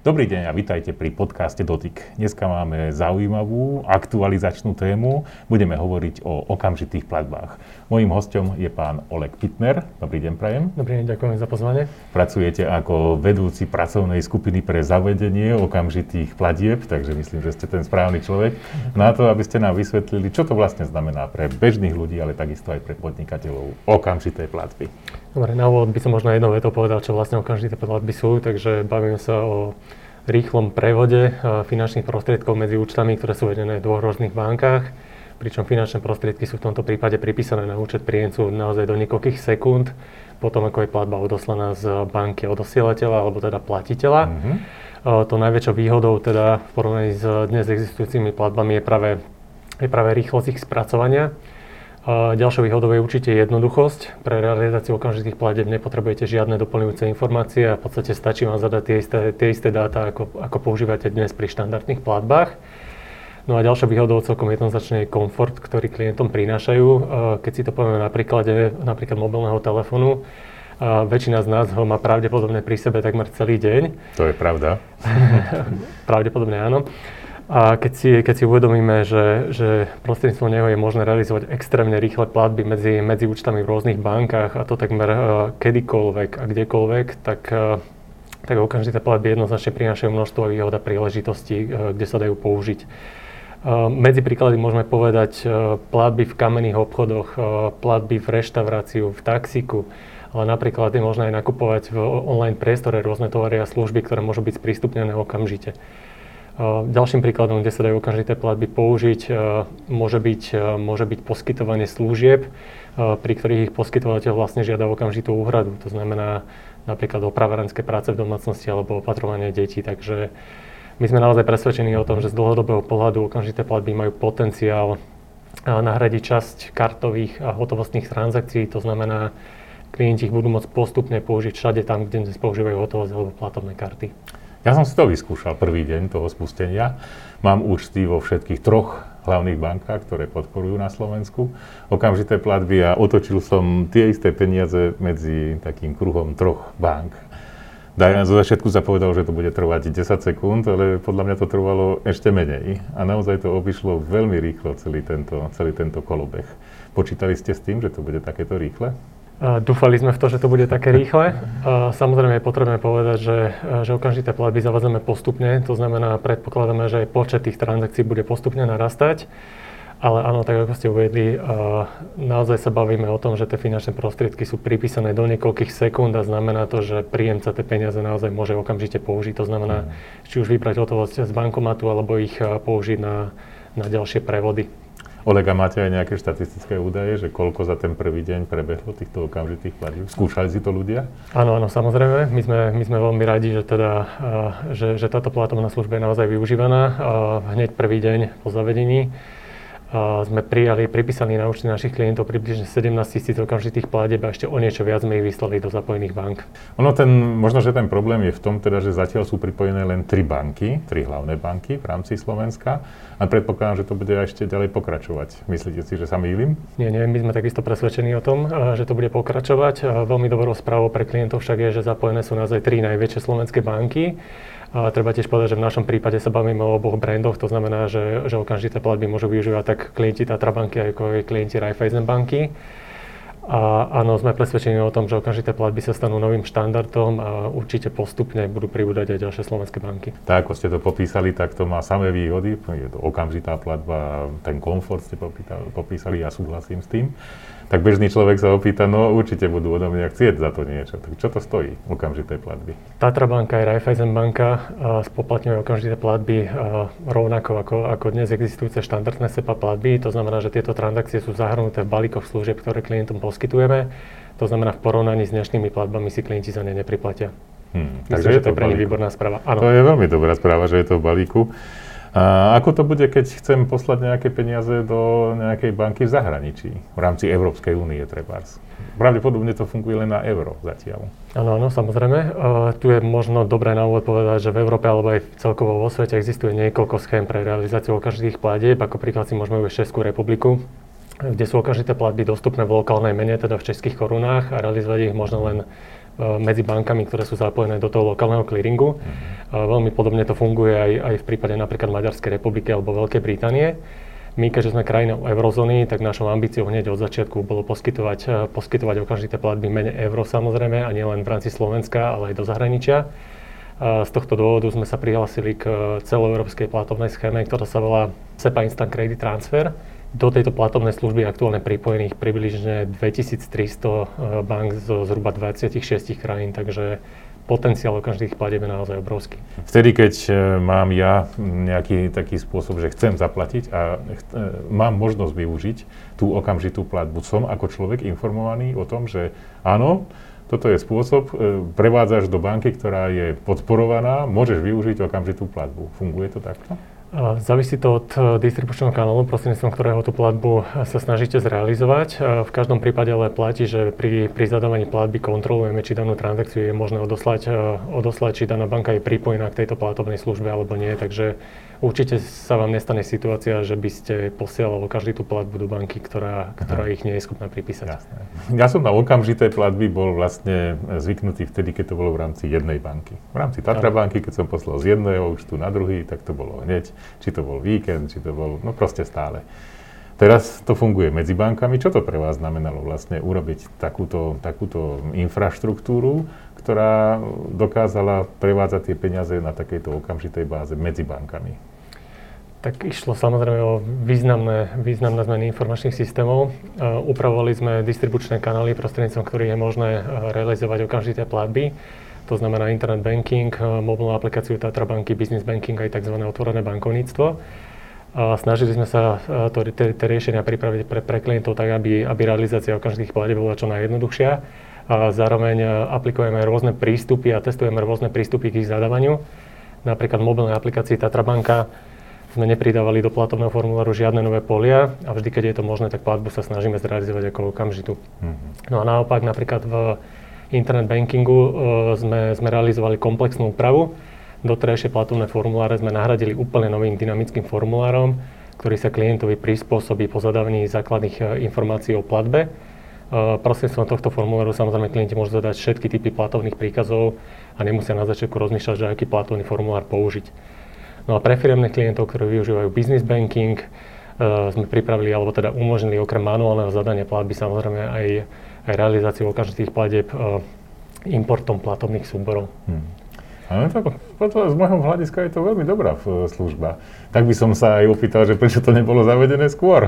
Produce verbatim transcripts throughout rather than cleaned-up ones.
Dobrý deň a vitajte pri podcaste Dotyk. Dneska máme zaujímavú aktualizačnú tému. Budeme hovoriť o okamžitých platbách. Mojím hosťom je pán Oleg Pittner. Dobrý deň, prajem. Dobrý deň, ďakujem za pozvanie. Pracujete ako vedúci pracovnej skupiny pre zavedenie okamžitých platieb, takže myslím, že ste ten správny človek. Na to, aby ste nám vysvetlili, čo to vlastne znamená pre bežných ľudí, ale takisto aj pre podnikateľov okamžité platby. Dobre, na úvod by som možno jednou vetou povedal, čo vlastne okamžité platby sú, takže bavíme sa o rýchlom prevode finančných prostriedkov medzi účtami, ktoré sú vedené v dvoch rôznych bankách, pričom finančné prostriedky sú v tomto prípade pripísané na účet príjemcu naozaj do niekoľkých sekúnd, potom ako je platba odoslaná z banky od osielateľa alebo teda platiteľa. Mm-hmm. To najväčšou výhodou teda v porovnaní s dnes existujúcimi platbami je práve, je práve rýchlosť ich spracovania. A ďalšou výhodou je určite jednoduchosť. Pre realizáciu okamžitých platieb nepotrebujete žiadne doplňujúce informácie a v podstate stačí vám zadať tie isté, tie isté dáta, ako, ako používate dnes pri štandardných platbách. No a ďalšou výhodou celkom jednoznačne je komfort, ktorý klientom prinášajú. Keď si to povieme na príklade napríklad mobilného telefónu, a väčšina z nás ho má pravdepodobne pri sebe takmer celý deň. To je pravda. Pravdepodobne áno. A keď si, keď si uvedomíme, že, že prostredníctvom neho je možné realizovať extrémne rýchle platby medzi, medzi účtami v rôznych bankách a to takmer uh, kedykoľvek a kdekoľvek, tak, uh, tak okamžité platby jednoznačne prinášajú množstvo výhod a príležitostí, uh, kde sa dajú použiť. Uh, medzi príklady môžeme povedať uh, platby v kamenných obchodoch, uh, platby v reštauráciu, v taxíku, ale napríklad je možné aj nakupovať v online priestore rôzne tovary a služby, ktoré môžu byť sprístupnené okamžite. Ďalším príkladom, kde sa dajú okamžité platby použiť, môže byť, môže byť poskytovanie služieb, pri ktorých ich poskytovateľ vlastne žiada okamžitú úhradu. To znamená napríklad opravárenské práce v domácnosti alebo opatrovanie detí. Takže my sme naozaj presvedčení o tom, že z dlhodobého pohľadu okamžité platby majú potenciál nahradiť časť kartových a hotovostných transakcií. To znamená, klienti ich budú môcť postupne použiť všade tam, kde dnes používajú hotovosť alebo platobné karty. Ja som si to vyskúšal prvý deň toho spustenia. Mám účty vo všetkých troch hlavných bankách, ktoré podporujú na Slovensku okamžité platby a otočil som tie isté peniaze medzi takým kruhom troch bank. Zo začiatku sa povedal, že to bude trvať desať sekúnd, ale podľa mňa to trvalo ešte menej. A naozaj to obišlo veľmi rýchlo celý tento, celý tento kolobeh. Počítali ste s tým, že to bude takéto rýchle? Dúfali sme v to, že to bude také rýchle. Samozrejme je potrebné povedať, že, že okamžité platby zavádzame postupne, to znamená, predpokladáme, že aj počet tých transakcií bude postupne narastať. Ale áno, tak ako ste uvedli, naozaj sa bavíme o tom, že tie finančné prostriedky sú pripísané do niekoľkých sekúnd a znamená to, že príjemca tie peniaze naozaj môže okamžite použiť. To znamená, mm. či už vybrať hotovosť z bankomatu, alebo ich použiť na, na ďalšie prevody. Olega, máte aj nejaké štatistické údaje, že koľko za ten prvý deň prebehlo týchto okamžitých platieb? Skúšali si to ľudia? Áno, áno, samozrejme. My sme, my sme veľmi radi, že, teda, že, že táto platobná služba je naozaj využívaná. Hneď prvý deň po zavedení sme prijali, pripísali na účty našich klientov približne sedemnásť tisíc okamžitých platieb a ešte o niečo viac sme ich vyslali do zapojených bank. Ono ten, možno, že ten problém je v tom, teda, že zatiaľ sú pripojené len tri banky, tri hlavné banky v rámci Slovenska a predpokladám, že to bude ešte ďalej pokračovať. Myslíte si, že sa mýlim? Nie, nie, my sme takisto presvedčení o tom, že to bude pokračovať. Veľmi dobrou správou pre klientov však je, že zapojené sú naozaj tri najväčšie slovenské banky. A treba tiež povedať, že v našom prípade sa bavíme o oboch brandoch, to znamená, že, že okamžité platby môžu využívať tak klienti Tatra banky, ako aj klienti Raiffeisen banky. A áno, sme presvedčení o tom, že okamžité platby sa stanú novým štandardom a určite postupne budú pribúdať aj ďalšie slovenské banky. Tak, ako ste to popísali, tak to má samé výhody. Je to okamžitá platba, ten komfort ste popísali, ja súhlasím s tým. Tak bežný človek sa opýta, no určite budú odo mňa chcieť za to niečo. Tak čo to stojí, okamžité platby? Tatra banka aj Raiffeisen banka spoplatňujú okamžité platby rovnako ako, ako dnes existujúce štandardné SEPA platby. To znamená, že tieto transakcie sú zahrnuté v balíkoch služieb, ktoré klientom poskytujeme. To znamená, v porovnaní s dnešnými platbami si klienti za ne nepriplatia. Hmm, takže je to pre nich výborná správa. Áno. To je veľmi dobrá správa, že je to v balíku. A ako to bude, keď chcem poslať nejaké peniaze do nejakej banky v zahraničí, v rámci Európskej únie trebárs? Pravdepodobne to funguje len na euro zatiaľ. Áno, áno, samozrejme. Uh, tu je možno dobré na úvod povedať, že v Európe alebo aj celkovo vo svete existuje niekoľko schém pre realizáciu okamžitých platieb. Ako príklad si môžeme uvieť Českú republiku, kde sú okamžité platby dostupné v lokálnej mene, teda v českých korunách, a realizovať ich možno len medzi bankami, ktoré sú zapojené do toho lokálneho clearingu. Mm-hmm. Veľmi podobne to funguje aj, aj v prípade napríklad Maďarskej republiky alebo Veľkej Británie. My, keďže sme krajinou eurozóny, tak našou ambíciou hneď od začiatku bolo poskytovať, poskytovať okamžité platby mene euro samozrejme, a nielen v rámci Slovenska, ale aj do zahraničia. Z tohto dôvodu sme sa prihlásili k celoeurópskej platobnej schéme, ktorá sa volá SEPA Instant Credit Transfer. Do tejto platobnej služby je aktuálne pripojených približne dvetisíctristo bank zo zhruba dvadsaťšesť krajín, takže potenciál okamžitých platieb je naozaj obrovský. Vtedy, keď mám ja nejaký taký spôsob, že chcem zaplatiť a ch- mám možnosť využiť tú okamžitú platbu, som ako človek informovaný o tom, že áno, toto je spôsob, prevádzaš do banky, ktorá je podporovaná, môžeš využiť okamžitú platbu. Funguje to takto? Závisí to od distribučného kanálu, prostredníctvom ktorého tú platbu sa snažíte zrealizovať. V každom prípade ale platí, že pri, pri zadávaní platby kontrolujeme, či danú transakciu je možné odoslať, odoslať, či daná banka je pripojená k tejto platobnej službe alebo nie. Takže určite sa vám nestane situácia, že by ste posielali každú tú platbu do banky, ktorá, ktorá ich nie je schopná pripísať. Jasné. Ja som na okamžité platby bol vlastne zvyknutý vtedy, keď to bolo v rámci jednej banky. V rámci Tatra banky, keď som poslal z jedného účtu na druhý, tak to bolo hneď. Či to bol víkend, či to bol, no proste stále. Teraz to funguje medzi bankami. Čo to pre vás znamenalo vlastne urobiť takúto, takúto infraštruktúru, ktorá dokázala prevádzať tie peniaze na takejto okamžitej báze medzi bankami? Tak išlo samozrejme o významné, významné zmeny informačných systémov. Uh, upravovali sme distribučné kanály, prostredníctvom ktorých je možné uh, realizovať okamžité platby. To znamená internet banking, mobilnú aplikáciu Tatra banky, business banking aj tzv. Otvorené bankovníctvo. A snažili sme sa to, tie, tie riešenia pripraviť pre, pre klientov tak, aby, aby realizácia okamžitých platieb bola čo najjednoduchšia. A zároveň aplikujeme rôzne prístupy a testujeme rôzne prístupy k ich zadávaniu. Napríklad v mobilnej aplikácii Tatra banka sme nepridávali do platobného formuláru žiadne nové polia a vždy, keď je to možné, tak platbu sa snažíme zrealizovať ako okamžitú. Mm-hmm. No a naopak napríklad v internet bankingu uh, sme, sme realizovali komplexnú úpravu. Doterajšie platobné formuláre sme nahradili úplne novým dynamickým formulárom, ktorý sa klientovi prispôsobí po zadávaní základných uh, informácií o platbe. Uh, prostredníctvom tohto formuláru samozrejme klienti môžu zadať všetky typy platovných príkazov a nemusia na začiatku rozmýšľať, že aký platovný formulár použiť. No a pre firemných klientov, ktorí využívajú business banking, uh, sme pripravili, alebo teda umožnili okrem manuálneho zadania platby samozrejme aj aj realizáciu okamžitých platieb uh, importom platobných súborov. Hmm. Ale tak z môjho hľadiska je to veľmi dobrá služba. Tak by som sa aj opýtal, že prečo to nebolo zavedené skôr.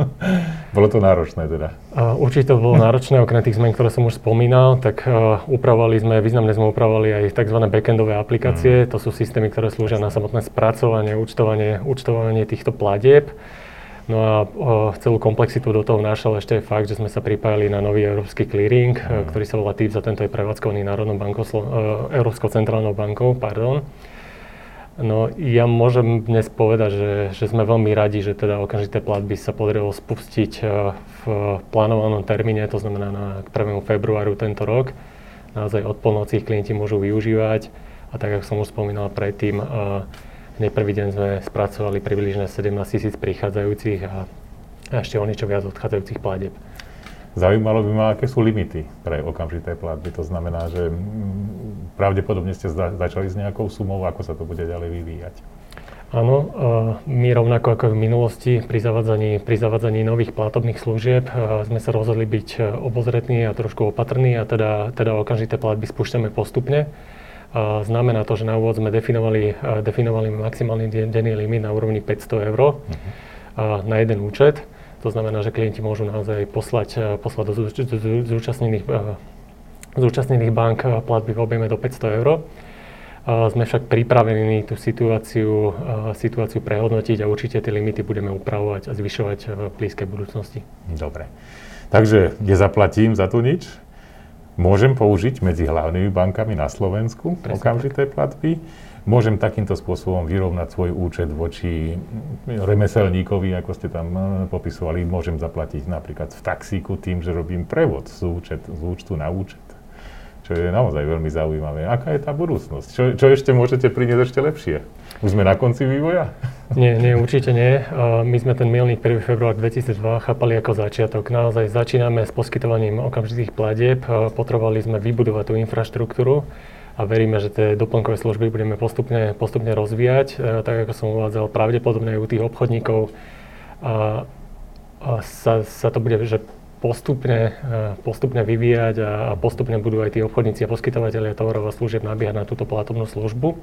Bolo to náročné teda? Uh, určite to bolo náročné, okrem tých zmen, ktoré som už spomínal, tak uh, upravovali sme, významne sme upravovali aj tzv. Backendové aplikácie. Hmm. To sú systémy, ktoré slúžia na samotné spracovanie, účtovanie, účtovanie týchto platieb. No a o, celú komplexitu do toho vnášal ešte aj fakt, že sme sa pripájali na nový európsky clearing, mm. ktorý sa volá té í pé, a tento je prevádzkovaný Národnou bankou, Slo- Európskou centrálnou bankou, pardon. No ja môžem dnes povedať, že, že sme veľmi radi, že teda okamžité platby sa podarilo spustiť v plánovanom termíne, to znamená na prvému februáru tento rok. Naozaj od polnoci ich klienti môžu využívať a tak, ako som už spomínal predtým, hneď prvý deň sme spracovali približne sedemnásť tisíc prichádzajúcich a ešte o niečo viac odchádzajúcich platieb. Zaujímalo by ma, aké sú limity pre okamžité platby. To znamená, že pravdepodobne ste začali s nejakou sumou, ako sa to bude ďalej vyvíjať. Áno, my rovnako ako v minulosti pri zavádzaní, pri zavádzaní nových platobných služieb sme sa rozhodli byť obozretní a trošku opatrní a teda, teda okamžité platby spúšťame postupne. Znamená to, že na úvod sme definovali, definovali maximálny denný limit na úrovni päťsto eur uh-huh. na jeden účet. To znamená, že klienti môžu naozaj poslať, poslať do zúčastnených, zúčastnených bank platby v objeme do päťsto eur. Sme však pripravení tú situáciu, situáciu prehodnotiť a určite tie limity budeme upravovať a zvyšovať v blízkej budúcnosti. Dobre. Takže nezaplatím za to nič? Môžem použiť medzi hlavnými bankami na Slovensku Presne okamžité platby. Môžem takýmto spôsobom vyrovnať svoj účet voči remeselníkovi, ako ste tam popisovali. Môžem zaplatiť napríklad v taxíku tým, že robím prevod z, účet, z účtu na účet. čo je naozaj veľmi zaujímavé. Aká je tá budúcnosť? Čo, čo ešte môžete priniesť ešte lepšie? Už sme na konci vývoja? Nie, nie, určite nie. My sme ten milník prvý február dvetisícdva chápali ako začiatok. Naozaj začíname s poskytovaním okamžitých platieb. Potrebovali sme vybudovať tú infraštruktúru a veríme, že tie doplnkové služby budeme postupne, postupne rozvíjať. Tak ako som uvádzal, pravdepodobne aj u tých obchodníkov a, a sa, sa to bude, že postupne, postupne vyvíjať a postupne budú aj tí obchodníci a poskytovateľia tovarov a služieb nabíjať na túto platobnú službu.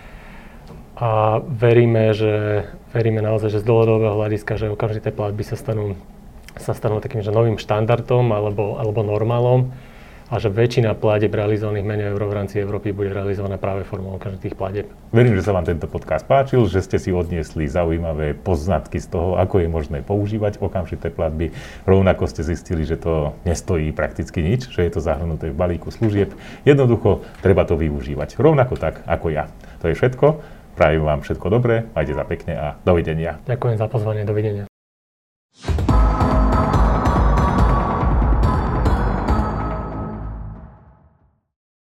A veríme, že, veríme naozaj, že z dlhodobého hľadiska, že okamžité platby sa stanú, sa stanú takým že novým štandardom alebo, alebo normálom a že väčšina platieb realizovaných menej eur v rámci Európy bude realizovaná práve formou okamžitých platieb. Verím, že sa vám tento podcast páčil, že ste si odniesli zaujímavé poznatky z toho, ako je možné používať okamžité platby. Rovnako ste zistili, že to nestojí prakticky nič, že je to zahrnuté v balíku služieb. Jednoducho treba to využívať. Rovnako tak ako ja. To je všetko. Prajem vám všetko dobré, majte sa pekne a dovidenia. Ďakujem za pozvanie, dovidenia.